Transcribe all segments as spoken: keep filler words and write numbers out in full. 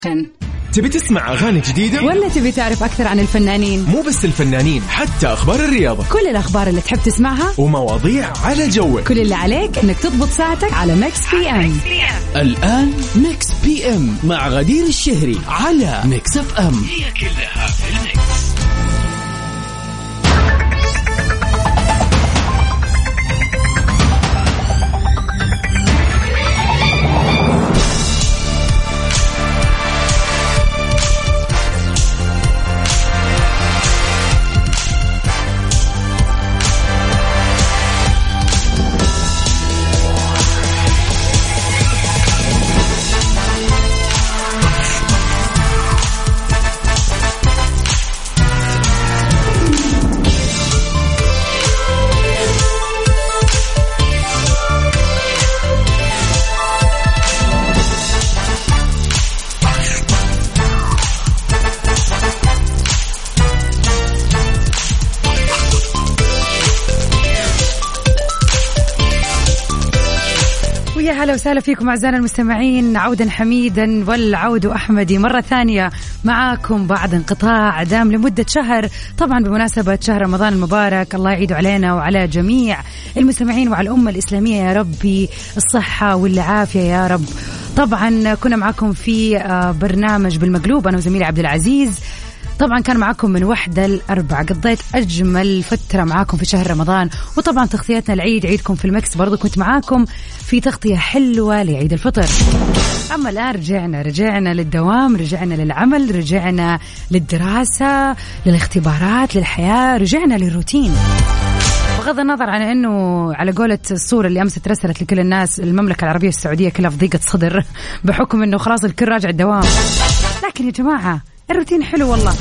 تبي تسمع أغاني جديدة؟ ولا تبي تعرف أكثر عن الفنانين؟ مو بس الفنانين، حتى أخبار الرياضة، كل الأخبار اللي تحب تسمعها ومواضيع على جوك. كل اللي عليك إنك تضبط ساعتك على ميكس بي أم. الآن ميكس بي أم مع غدير الشهري على ميكس اف ام. هي كلها في الميكس. أهلا وسهلا فيكم أعزائنا المستمعين، عودا حميدا والعود أحمدي مرة ثانية معاكم بعد انقطاع دام لمدة شهر، طبعا بمناسبة شهر رمضان المبارك. الله يعيد علينا وعلى جميع المستمعين وعلى الأمة الإسلامية يا ربي الصحة والعافية يا رب. طبعا كنا معاكم في برنامج بالمقلوب أنا وزميلي عبد العزيز، طبعا كان معاكم من وحدة الأربعة، قضيت أجمل فترة معاكم في شهر رمضان، وطبعا تغطيتنا العيد عيدكم في المكس برضو كنت معاكم في تغطية حلوة لعيد الفطر. أما الآن رجعنا رجعنا للدوام، رجعنا للعمل، رجعنا للدراسة، للاختبارات، للحياة، رجعنا للروتين. بغض النظر عن أنه على قولة الصورة اللي أمس ترسلت لكل الناس المملكة العربية السعودية كلها في ضيقة صدر بحكم أنه خلاص الكل راجع الدوام، لكن يا جماعة الروتين حلو والله.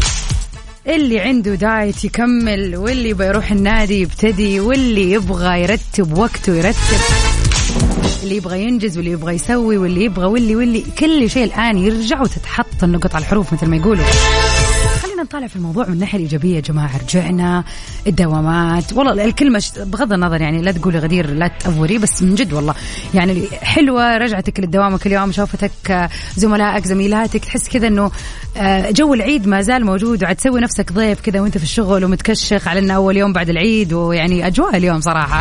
اللي عنده دايت يكمل، واللي بيروح النادي يبتدي، واللي يبغى يرتب وقته يرتب، اللي يبغى ينجز واللي يبغى يسوي واللي يبغى واللي واللي كل شيء الآن يرجع وتتحط النقط على الحروف مثل ما يقولوا. خلينا نطالع في الموضوع من الناحية الإيجابية يا جماعة. رجعنا الدوامات، والله الكلمة بغض النظر يعني لا تقولي غدير لا تأفوري، بس من جد والله يعني حلوة رجعتك للدوام كل يوم، شوفتك زملائك زميلاتك، تحس كذا إنه جو العيد ما زال موجود، وعد تسوي نفسك ضيف كذا وانت في الشغل ومتكشخ على إنه أول يوم بعد العيد، ويعني أجواء اليوم صراحة.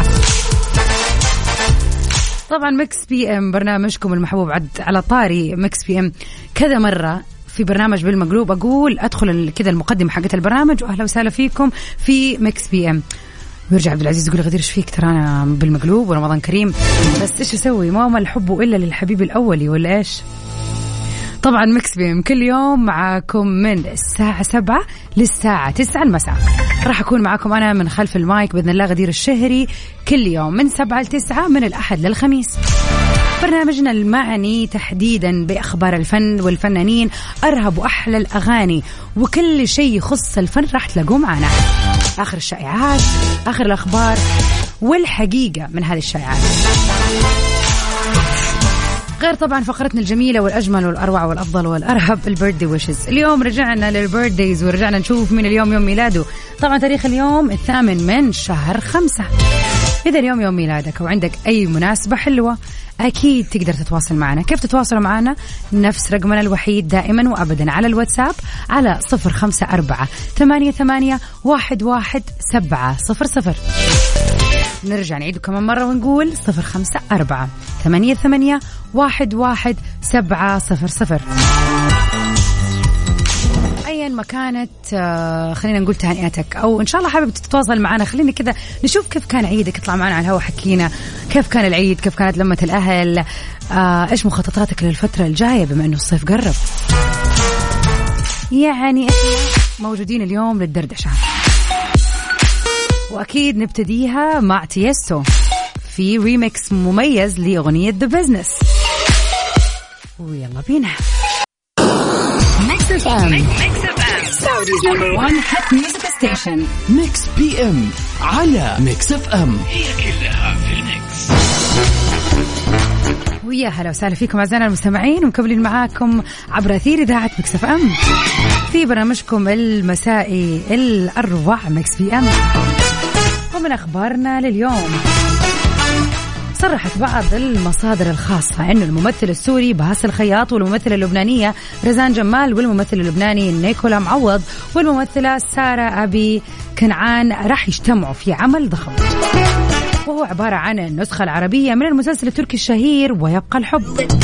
طبعا ميكس بي ام برنامجكم المحبوب، عد على طاري ميكس بي ام كذا مرة في برنامج بالمقلوب أقول أدخل كذا المقدمة حقت البرنامج وأهلا وسهلا فيكم في ميكس بي ام، ويرجع عبد العزيز يقول غدير ايش فيك ترى أنا بالمقلوب ورمضان كريم، بس إيش أسوي ماما الحب إلا للحبيب الأولي ولا إيش. طبعا ميكس بي ام كل يوم معاكم من الساعة سبعة للساعة تسعة المساء، راح أكون معاكم أنا من خلف المايك بإذن الله غدير الشهري كل يوم من سبعة لتسعة من الأحد للخميس. برنامجنا المعني تحديدا بأخبار الفن والفنانين، أرهب وأحلى الأغاني وكل شيء يخص الفن راح تلاقوه معنا، آخر الشائعات، آخر الأخبار والحقيقة من هذه الشائعات، غير طبعا فقرتنا الجميلة والأجمل والأروع والأفضل والأرهب البيرثدي ويشز. اليوم رجعنا للبيرثديز ورجعنا نشوف من اليوم يوم ميلاده. طبعا تاريخ اليوم الثامن من شهر خمسة. إذا اليوم يوم ميلادك وعندك أي مناسبة حلوة أكيد تقدر تتواصل معنا. كيف تتواصل معنا؟ نفس رقمنا الوحيد دائما وأبدا على الواتساب على صفر خمسة أربعة ثمانية ثمانية واحد واحد سبعة صفر صفر. نرجع نعيده كمان مرة ونقول صفر خمسة أربعة ثمانية ثمانية واحد واحد سبعة صفر صفر. أيا ما كانت خلينا نقول تهنئتك أو إن شاء الله حابب تتواصل معنا، خلينا كذا نشوف كيف كان عيدك، اطلع معنا على الهواء حكينا كيف كان العيد، كيف كانت لمة الأهل، آه إيش مخططاتك للفترة الجاية بما إنه الصيف قرب. يعني إحنا موجودين اليوم للدردشة، وأكيد نبتديها مع تيستو في ريميكس مميز لأغنية The Business. ويلا بينا ميكس اف ام Saudi's number one hit music station. ميكس بي ام على ميكس اف ام، هي كلها في الميكس. ويا هلا وسهلا فيكم أعزائنا المستمعين، ومكملين معاكم عبر أثير إذاعة ميكس اف ام في برنامجكم المسائي الأروع ميكس بي ام. ومن أخبارنا لليوم، صرحت بعض المصادر الخاصة أن الممثل السوري باسل الخياط والممثلة اللبنانية رزان جمال والممثل اللبناني نيكولا معوض والممثلة سارة أبي كنعان راح يجتمعوا في عمل ضخم، وهو عبارة عن النسخة العربية من المسلسل التركي الشهير ويبقى الحب،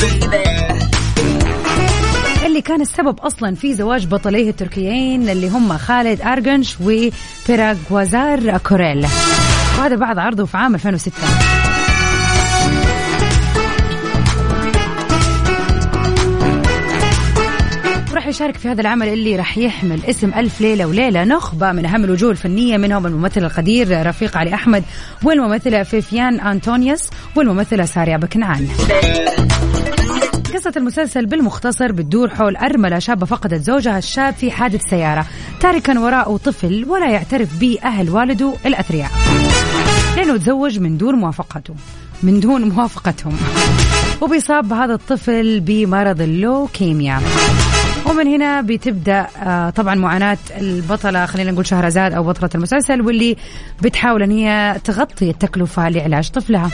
اللي كان السبب أصلا في زواج بطليه التركيين اللي هم خالد أرجنش وبيراغوازار كوريل، وهذا بعد عرضه في عام ألفين وستة. راح يشارك في هذا العمل اللي راح يحمل اسم ألف ليلة وليلة نخبة من أهم الوجوه الفنية، منهم الممثل القدير رفيق علي أحمد والممثلة فيفيان أنطونيوس والممثلة سارة بكنعان. قصة المسلسل بالمختصر بتدور حول أرملة شابة فقدت زوجها الشاب في حادث سيارة، تاركا وراءه طفل ولا يعترف به أهل والده الأثرياء لأنه تزوج من دون موافقته من دون موافقتهم وبيصاب هذا الطفل بمرض اللوكيميا. ومن هنا بتبدأ طبعا معاناة البطلة، خلينا نقول شهرزاد أو بطلة المسلسل، واللي بتحاول أن هي تغطي التكلفة لعلاج طفلها.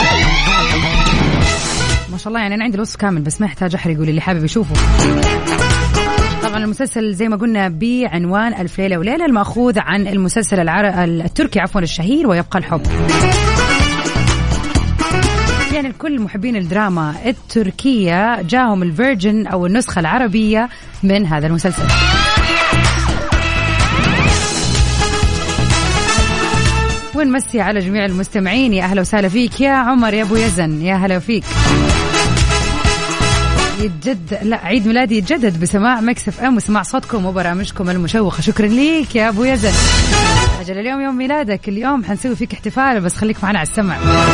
ما شاء الله، يعني أنا عندي الوصف كامل بس ما يحتاج أحرقه للي حابب يشوفه. طبعا المسلسل زي ما قلنا بعنوان ألف ليلة وليلة، المأخوذ عن المسلسل العر... التركي عفوا الشهير ويبقى الحب. يعني الكل محبين الدراما التركية جاهم الفيرجن أو النسخة العربية من هذا المسلسل. ونمسي على جميع المستمعين، يا أهلا وسهلا فيك يا عمر يا أبو يزن، يا هلا فيك. يتجد لا عيد ميلادي يتجدد بسماع ميكس اف ام وسماع صوتكم وبرامجكم المشوقة. شكرا ليك يا أبو يزن. أجل اليوم يوم ميلادك، اليوم حنسوي فيك احتفال، بس خليك معنا على السمع.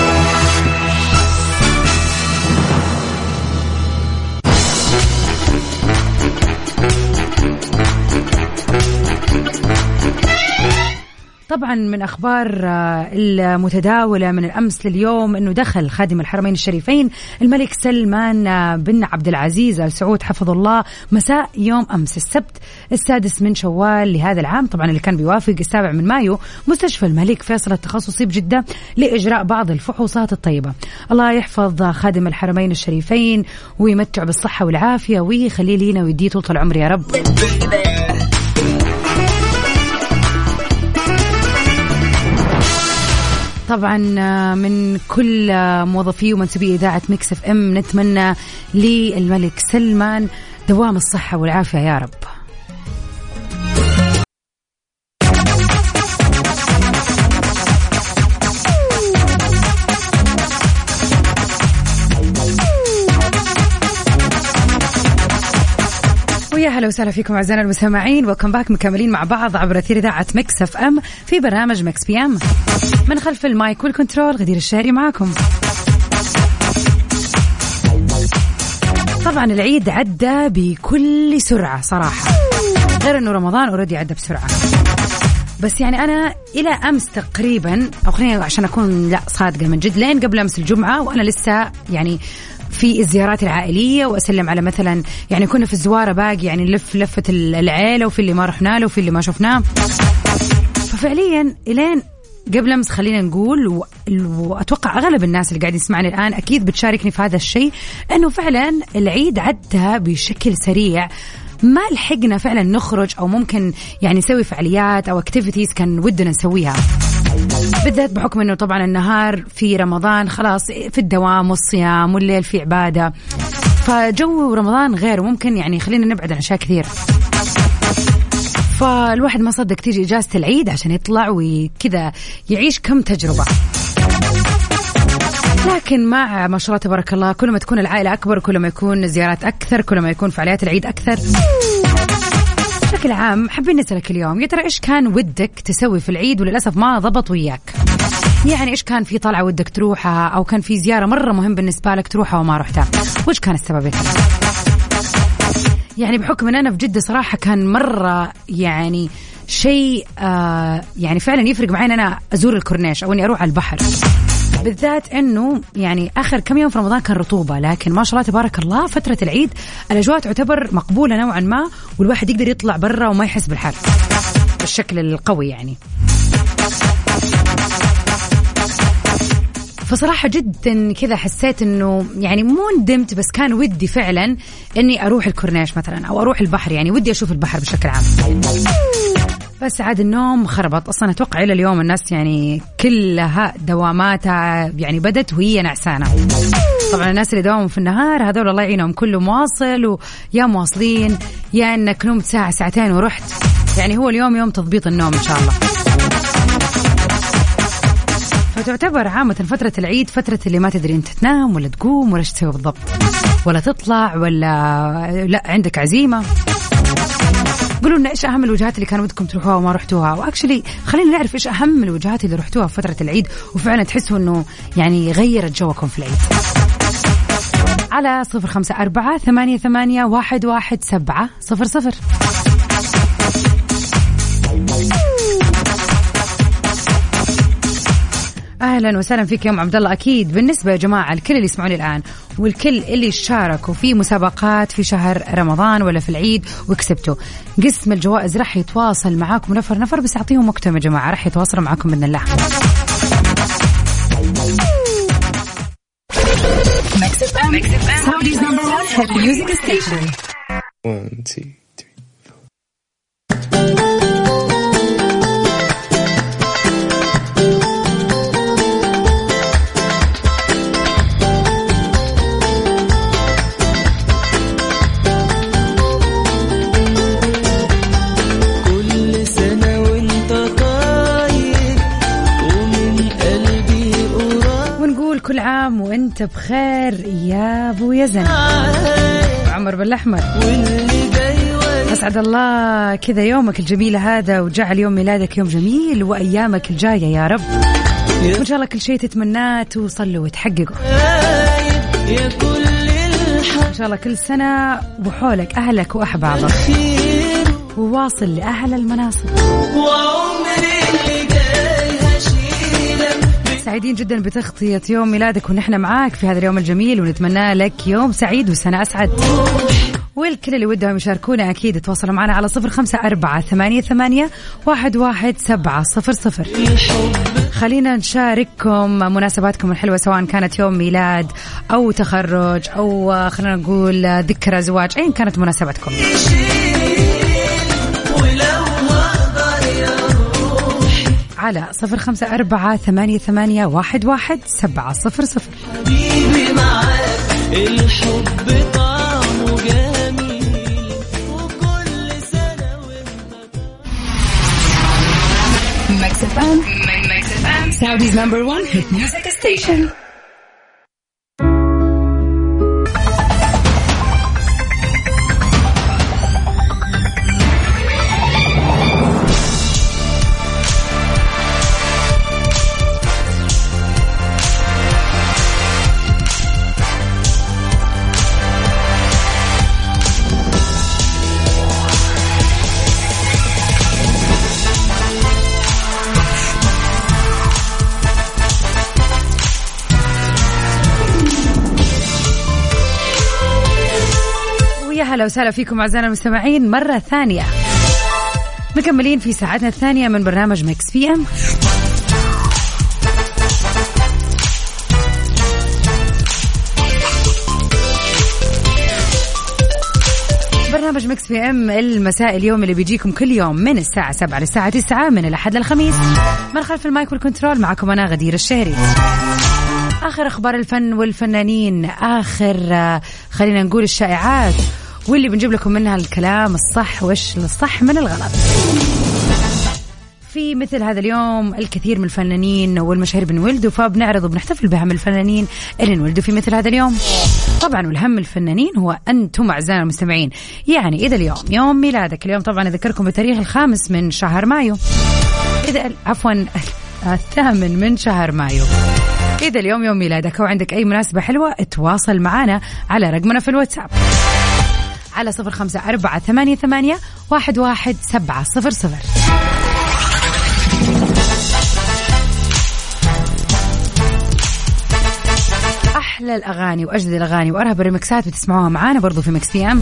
طبعا من أخبار المتداولة من الأمس لليوم أنه دخل خادم الحرمين الشريفين الملك سلمان بن عبد العزيز آل سعود حفظه الله مساء يوم أمس السبت السادس من شوال لهذا العام، طبعا اللي كان بيوافق السابع من مايو، مستشفى الملك فيصل التخصصي بجدة لإجراء بعض الفحوصات الطيبة. الله يحفظ خادم الحرمين الشريفين ويمتع بالصحة والعافية ويخليه لينا ويديه طول العمر يا رب. طبعا من كل موظفي ومنسوبي إذاعة ميكس اف ام نتمنى للملك سلمان دوام الصحة والعافية يا رب. ويا هلا وسهلا فيكم أعزائنا المستمعين، وكم باك مكملين مع بعض عبر أثير إذاعة ميكس اف ام في برنامج ميكس بي ام. من خلف المايك والكنترول غدير الشهري معاكم. طبعا العيد عدى بكل سرعة صراحة، غير أنه رمضان أوريدي عدى بسرعة، بس يعني أنا إلى أمس تقريبا، أو خليني عشان أكون لا صادقة من جد، لين قبل أمس الجمعة وأنا لسه يعني في الزيارات العائلية وأسلم على مثلا يعني كنا في الزوارة باقي يعني نلف لفة العيلة، وفي اللي ما رحنا له وفي اللي ما شفناه. ففعليا إلين قبل أمس خلينا نقول، وأتوقع أغلب الناس اللي قاعدين يسمعني الآن أكيد بتشاركني في هذا الشيء، أنه فعلا العيد عدى بشكل سريع، ما لحقنا فعلا نخرج أو ممكن يعني نسوي فعاليات أو اكتيفيتيز كان ودنا نسويها، بالذات بحكم أنه طبعا النهار في رمضان خلاص في الدوام والصيام والليل في عبادة، فجو رمضان غير، وممكن يعني خلينا نبعد عن أشياء كثير. فالواحد ما صدق تيجي إجازة العيد عشان يطلع وكذا يعيش كم تجربة. لكن مع ما شاء الله تبارك الله، كل ما تكون العائلة أكبر، كل ما يكون زيارات أكثر، كل ما يكون فعاليات العيد أكثر. بشكل عام حابين نسألك اليوم، يا ترى إيش كان ودك تسوي في العيد وللأسف ما ضبط وياك؟ يعني إيش كان في طلعة ودك تروحها، أو كان في زيارة مرة مهم بالنسبة لك تروحها وما رحتها، وإيش كان السبب؟ يعني بحكم أن أنا في جدة صراحة كان مرة يعني شيء آه يعني فعلا يفرق معي أن أنا أزور الكورنيش أو أني أروح على البحر، بالذات أنه يعني آخر كم يوم في رمضان كان رطوبة، لكن ما شاء الله تبارك الله فترة العيد الأجواء تعتبر مقبولة نوعا ما، والواحد يقدر يطلع برا وما يحس بالحر بالشكل القوي يعني. فصراحة جدا كذا حسيت انه يعني مو ندمت، بس كان ودي فعلا اني اروح الكورنيش مثلا او اروح البحر، يعني ودي اشوف البحر بشكل عام. بس عاد النوم خربط اصلا. اتوقع الى اليوم الناس يعني كلها دواماتها يعني بدت وهي نعسانة. طبعا الناس اللي دوامهم في النهار هذول الله يعينهم، كله مواصل ويا مواصلين يا انك نمت ساعة ساعتين ورحت. يعني هو اليوم يوم تضبيط النوم ان شاء الله. فتعتبر عامة فترة العيد فترة اللي ما تدري انت تنام ولا تقوم ولا ايش تسوي بالضبط، ولا تطلع ولا لا عندك عزيمة. قولوا لنا ايش اهم الوجهات اللي كان ودكم تروحوها وما رحتوها، واكشلي خلينا نعرف ايش اهم الوجهات اللي رحتوها في فترة العيد وفعلا تحسوا انه يعني غيرت جوكم في العيد. على صفر خمسة أربعة ثمانية ثمانية واحد واحد سبعة صفر صفر. اهلا وسهلا فيك يوم عبد الله. اكيد بالنسبه يا جماعه الكل اللي يسمعوني الان والكل اللي شاركوا في مسابقات في شهر رمضان ولا في العيد وكسبتوا، قسم الجوائز راح يتواصل معاكم نفر نفر، بس اعطيهم وقتهم يا جماعه، راح يتواصلوا معاكم باذن الله. Saudi's number one hit music station. One, two. كل عام وانت بخير يا ابو يزن عمر بالأحمر. اسعد الله كذا يومك الجميل هذا، وجعل يوم ميلادك يوم جميل وايامك الجايه يا رب، وان شاء الله كل شيء تتمناه توصل وتحققه ان شاء الله. كل سنه وحولك اهلك واحبابك، وواصل لاهل المناصب. سعيدين جدا بتغطية يوم ميلادك ونحن معاك في هذا اليوم الجميل، ونتمنى لك يوم سعيد وسنة أسعد. والكل اللي ودهم يشاركونا أكيد تواصلوا معنا على صفر خمسة أربعة ثمانية ثمانية واحد واحد سبعة صفر صفر. خلينا نشارككم مناسباتكم الحلوة، سواء كانت يوم ميلاد أو تخرج أو خلينا نقول ذكرى زواج، أين كانت مناسبتكم. على صفر خمسة أربعة ثمانية ثمانية واحد واحد سبعة صفر صفر. حبيبي معاك الحب طعمه جميل وكل سنة وانت. Mix إف إم Mix إف إم Saudi's number one hit music station. أهلا وسهلا فيكم أعزائنا المستمعين مرة ثانية، مكملين في ساعتنا الثانية من برنامج ميكس بي ام. برنامج ميكس بي ام المساء اليوم اللي بيجيكم كل يوم من الساعة سبعة للساعة تسعة، من الأحد للخميس، من خلف المايك والكنترول معكم أنا غدير الشهري. آخر أخبار الفن والفنانين، آخر خلينا نقول الشائعات، واللي بنجيب لكم منها الكلام الصح وإيش الصح من الغلط. في مثل هذا اليوم الكثير من الفنانين والمشاهير بنولدوا، فبنعرض وبنحتفل بهم الفنانين اللي انولدوا في مثل هذا اليوم. طبعا والهم الفنانين هو أنتم أعزائنا المستمعين. يعني إذا اليوم يوم ميلادك، اليوم طبعا أذكركم بتاريخ الخامس من شهر مايو، إذا عفوا الثامن من شهر مايو، إذا اليوم يوم ميلادك أو عندك أي مناسبة حلوة، اتواصل معنا على رقمنا في الواتساب على صفر خمسة أربعة ثمانية ثمانية واحد واحد سبعة صفر صفر. أحلى الأغاني وأجدد الأغاني وأرهب الريمكسات بتسمعوها معانا برضو في ميكس بي أم.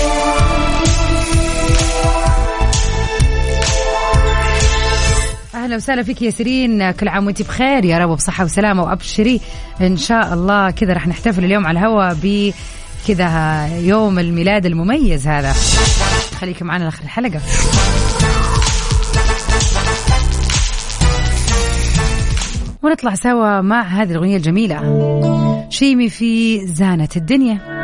أهلا أهلا وسهلا فيك يا سيرين، كل عام وانت بخير يا رب بصحة وسلامة وأبشري إن شاء الله. كذا رح نحتفل اليوم على الهواء ب كذا يوم الميلاد المميز هذا. خليك معنا لآخر الحلقة. ونطلع سوا مع هذه الأغنية الجميلة شيمي في زانة الدنيا.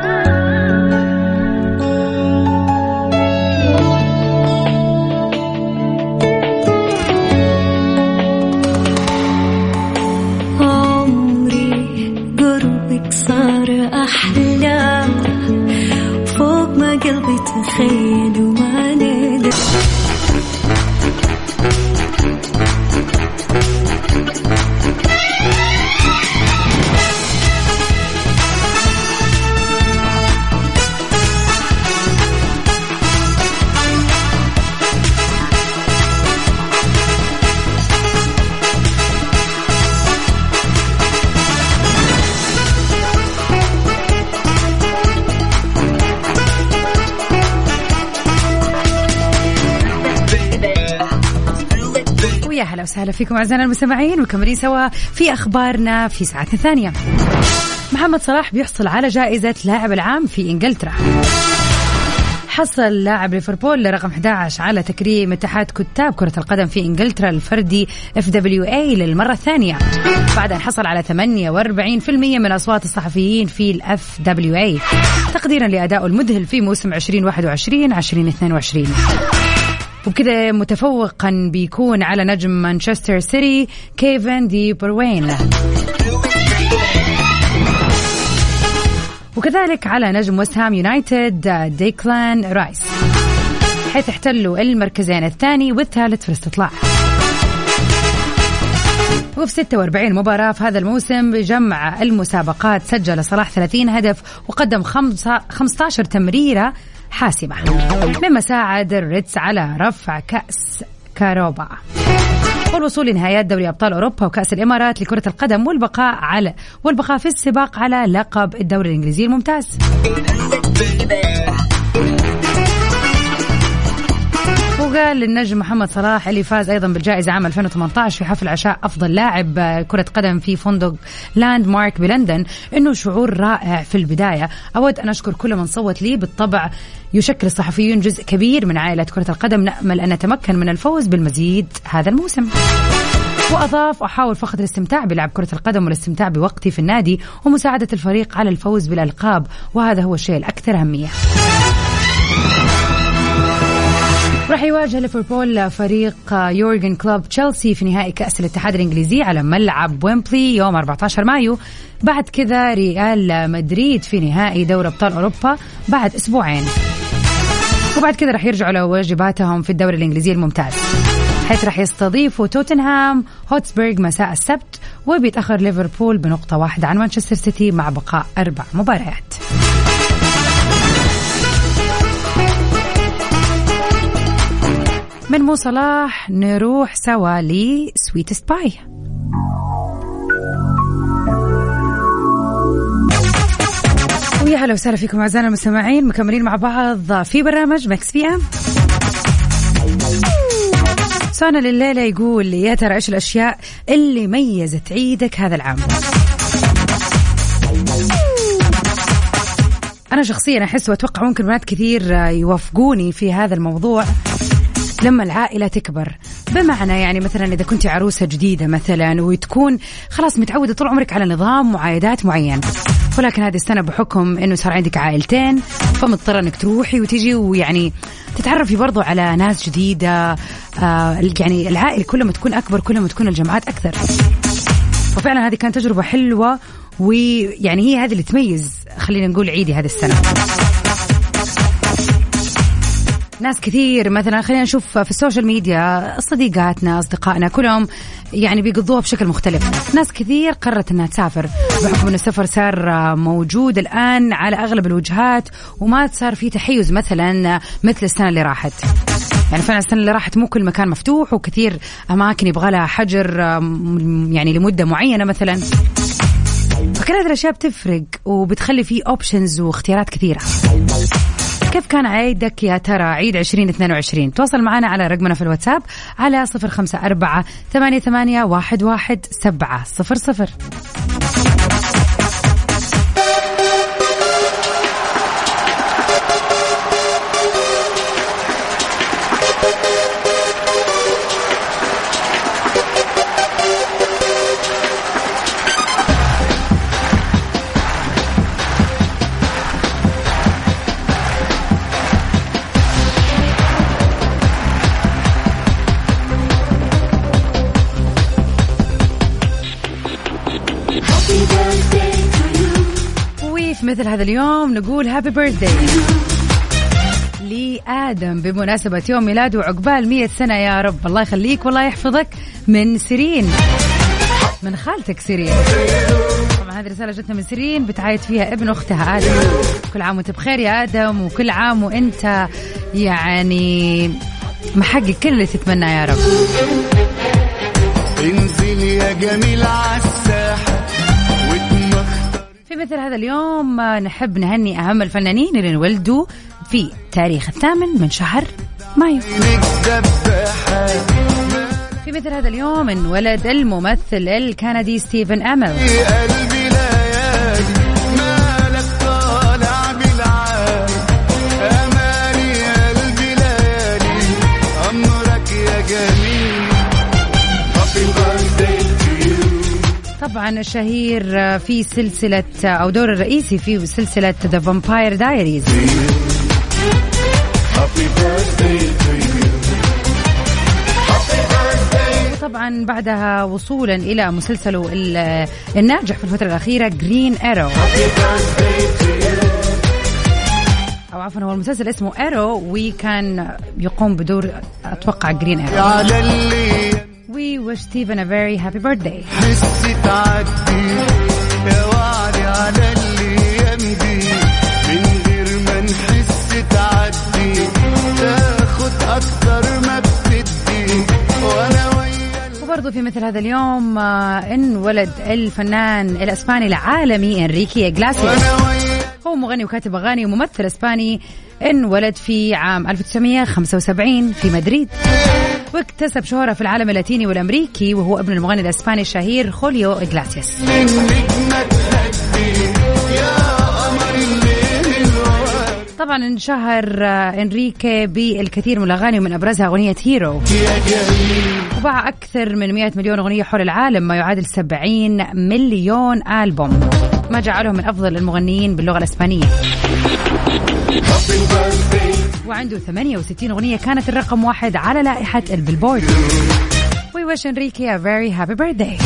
صار أحلى فوق ما قلبي تخيل وما نقدر. أهلا وسهلا فيكم أعزائنا المستمعين، وكملين سوا في أخبارنا في ساعتنا الثانية. محمد صلاح بيحصل على جائزة لاعب العام في إنجلترا. حصل لاعب ليفربول لرقم أحد عشر على تكريم اتحاد كتاب كرة القدم في إنجلترا الفردي إف دبليو إيه للمرة الثانية، بعد أن حصل على ثمانية وأربعين بالمئة من أصوات الصحفيين في الإف دبليو إيه تقديرا لأدائه المذهل في موسم عشرين واحد وعشرين عشرين اثنين وعشرين. وبكذا متفوقا بيكون على نجم مانشستر سيتي كيفن دي بروين، وكذلك على نجم ويست هام يونايتد ديكلان رايس، حيث احتلوا المركزين الثاني والثالث في الاستطلاع. وفي ستة وأربعين مباراة في هذا الموسم بجمع المسابقات سجل صلاح ثلاثين هدف وقدم خمسة عشر تمريرة حاسمة، مما ساعد الريدز على رفع كأس كاروبا والوصول لنهايات دوري أبطال أوروبا وكأس الإمارات لكرة القدم والبقاء على والبقاء في السباق على لقب الدوري الإنجليزي الممتاز. وقال للنجم محمد صلاح اللي فاز أيضا بالجائزة عام ألفين وثمانية عشر في حفل عشاء أفضل لاعب كرة قدم في فندق لاند مارك بلندن إنه شعور رائع في البداية. أود أن أشكر كل من صوت لي. بالطبع يشكل الصحفيون جزء كبير من عائلة كرة القدم، نأمل أن نتمكن من الفوز بالمزيد هذا الموسم. وأضاف: أحاول فقط الاستمتاع بلعب كرة القدم والاستمتاع بوقتي في النادي ومساعدة الفريق على الفوز بالألقاب، وهذا هو الشيء الأكثر أهمية. راح يواجه ليفربول فريق يورغن كلوب تشيلسي في نهائي كأس الاتحاد الإنجليزي على ملعب ويمبلي يوم أربعة عشر مايو. بعد كذا ريال مدريد في نهائي دوري أبطال أوروبا بعد أسبوعين، وبعد كذا راح يرجعوا لواجباتهم في الدوري الإنجليزي الممتاز، حيث راح يستضيفوا توتنهام هوتسبيرغ مساء السبت، وبيتأخر ليفربول بنقطة واحدة عن مانشستر سيتي مع بقاء أربع مباريات. من مو صلاح نروح سوا لسويت سباي. ويا هلا وسهلا فيكم أعزائنا المستمعين، مكملين مع بعض في برنامج مكس بي ام. سؤالنا لليلة يقول: يا ترى إيش الأشياء اللي ميزت عيدك هذا العام؟ أنا شخصيا أحس وأتوقع ممكن بنات كثير يوافقوني في هذا الموضوع، لما العائلة تكبر، بمعنى يعني مثلا إذا كنت عروسة جديدة مثلا وتكون خلاص متعودة طول عمرك على نظام معايدات معين، ولكن هذه السنة بحكم إنه صار عندك عائلتين فمضطرة إنك تروحي وتيجي ويعني تتعرفي برضو على ناس جديدة. آه يعني العائلة كل ما تكون أكبر كل ما تكون الجماعات أكثر، وفعلا هذه كانت تجربة حلوة، ويعني هي هذه اللي تميز خلينا نقول عيدي هذه السنة. ناس كثير مثلا خلينا نشوف في السوشيال ميديا صديقاتنا أصدقائنا كلهم يعني بيقضوها بشكل مختلف. ناس كثير قررت أنها تسافر بحكم أن السفر صار موجود الآن على أغلب الوجهات، وما صار فيه تحيز مثلا مثل السنة اللي راحت. يعني فعلا السنة اللي راحت مو كل مكان مفتوح، وكثير أماكن يبغى لها حجر يعني لمدة معينة مثلا، فكل هذه الأشياء بتفرق وبتخلي فيه أوبشنز واختيارات كثيرة. كيف كان عيدك يا ترى عيد عشرين اثنين وعشرين؟ تواصل معنا على رقمنا في الواتساب على صفر خمسة أربعة ثمانية ثمانية واحد واحد سبعة صفر صفر. مثل هذا اليوم نقول هابي بيرثداي لآدم بمناسبة يوم ميلاده وعقبال مية سنة يا رب. الله يخليك والله يحفظك من سيرين، من خالتك سيرين. طبعا هذه رسالة جتنا من سيرين بتعايد فيها ابن أختها آدم. كل عام وانت بخير يا آدم، وكل عام وانت يعني محقق كل اللي تتمنى يا رب. انزل يا جميل عالساحة. في مثل هذا اليوم نحب نهني أهم الفنانين اللي انولدوا في تاريخ الثامن من شهر مايو. في مثل هذا اليوم انولد الممثل الكندي ستيفن أميل. طبعا الشهير في سلسلة أو دور الرئيسي في سلسلة The Vampire Diaries. طبعا بعدها وصولا إلى مسلسله الناجح في الفترة الأخيرة Green Arrow، أو عفوا هو المسلسل اسمه Arrow وكان يقوم بدور أتوقع Green Arrow. We wish Stephen a very happy birthday. حسي تعدي يا وعدي على اللي يمدي من غير ما نحس تعدي تاخد أكتر ما بتدي وأنا ويا. وبرضو في مثل هذا اليوم انولد الفنان الأسباني العالمي إنريكي إغلاسياس. هو مغني وكاتب أغاني وممثل إسباني، انولد في عام ألف وتسعمائة وخمسة وسبعين في مدريد، واكتسب شهرة في العالم اللاتيني والأمريكي، وهو ابن المغني الإسباني الشهير خوليو إغلاسياس. طبعا انشهر إنريكي بالكثير من الأغاني ومن أبرزها أغنية هيرو، وباع أكثر من مئة مليون أغنية حول العالم، ما يعادل سبعين مليون ألبوم، ما جعله من أفضل المغنيين باللغة الإسبانية. وعنده ثمانية وستين أغنية كانت الرقم واحد على لائحة البيلبورد. We wish Enrique a very happy birthday.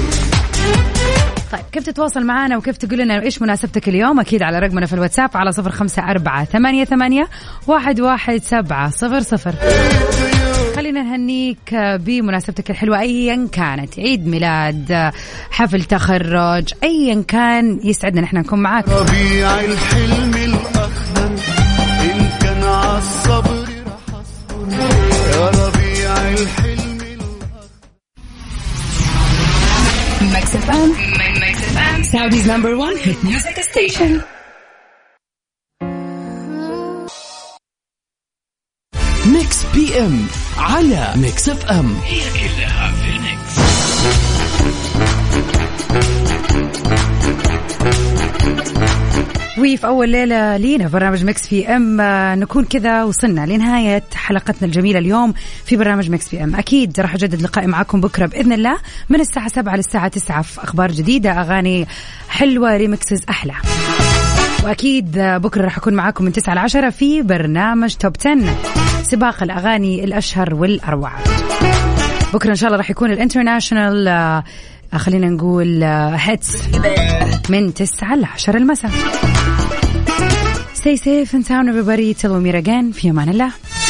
طيب كيف تتواصل معنا وكيف تقول لنا إيش مناسبتك اليوم؟ أكيد على رقمنا في الواتساب على صفر خمسة أربعة ثمانية ثمانية واحد واحد سبعة صفر صفر. خلينا نهنيك بمناسبتك الحلوة أيا كانت، عيد ميلاد، حفل تخرج، أيا كان يسعدنا نحن نكون معاك. ربيع الحلم الأخضر إن كان عالصبر رح أصبر يا ربيع الحلم الأخضر. Mix إف إم Mix إف إم Saudi's number one hit music station. ميكس بي ام على ميكس اف ام، هي كلها في الميكس. وفي أول ليلة لينا برنامج ميكس بي ام نكون كذا وصلنا لنهاية حلقتنا الجميلة اليوم في برنامج ميكس بي ام. أكيد راح أجدد لقائي معكم بكرة بإذن الله من الساعة سبعة للساعة تسعة في أخبار جديدة، أغاني حلوة، ريمكسز أحلى. وأكيد بكرة راح أكون معاكم من تسعة لعشرة في برنامج توب عشرة، سباق الأغاني الأشهر والأروع. بكرة إن شاء الله راح يكون الانترناشنال، خلينا نقول هيتس من تسعة لعشرة المساء. Stay safe and sound everybody till we meet again. في أمان الله.